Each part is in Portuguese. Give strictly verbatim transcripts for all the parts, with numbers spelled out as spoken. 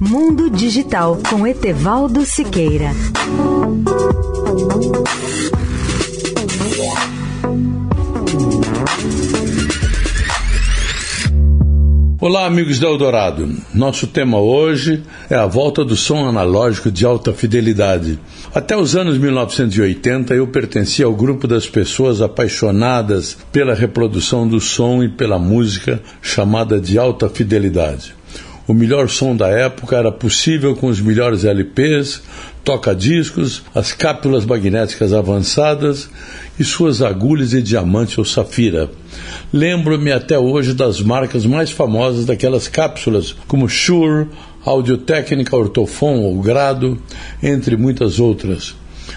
Mundo Digital com Etevaldo Siqueira. Olá, amigos da Eldorado. Nosso tema hoje é a volta do som analógico de alta fidelidade. Até os anos mil novecentos e oitenta, eu pertencia ao grupo das pessoas apaixonadas pela reprodução do som e pela música chamada de alta fidelidade. O melhor som da época era possível com os melhores L Ps, toca-discos, as cápsulas magnéticas avançadas e suas agulhas de diamante ou safira. Lembro-me até hoje das marcas mais famosas daquelas cápsulas, como Shure, Audio-Técnica, Ortofon ou Grado, entre muitas outras.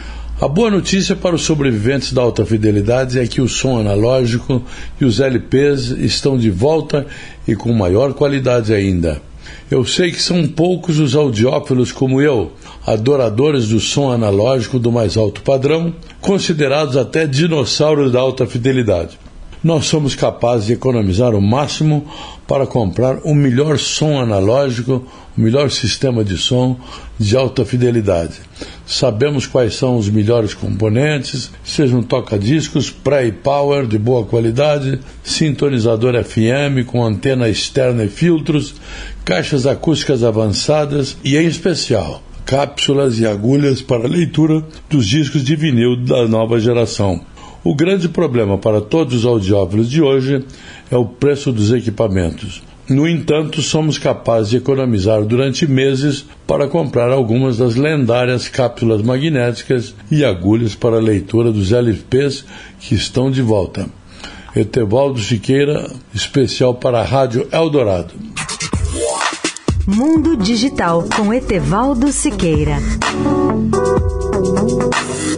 A boa notícia para os sobreviventes da alta fidelidade é que o som analógico e os L Ps estão de volta e com maior qualidade ainda. Eu sei que são poucos os audiófilos como eu, adoradores do som analógico do mais alto padrão, considerados até dinossauros da alta fidelidade. Nós somos capazes de economizar o máximo para comprar o melhor som analógico, o melhor sistema de som de alta fidelidade. Sabemos quais são os melhores componentes, sejam toca-discos, pré e power de boa qualidade, sintonizador F M com antena externa e filtros, caixas acústicas avançadas e, em especial, cápsulas e agulhas para leitura dos discos de vinil da nova geração. O grande problema para todos os audiófilos de hoje é o preço dos equipamentos. No entanto, somos capazes de economizar durante meses para comprar algumas das lendárias cápsulas magnéticas e agulhas para a leitura dos L Ps que estão de volta. Etevaldo Siqueira, especial para a Rádio Eldorado. Mundo Digital com Etevaldo Siqueira.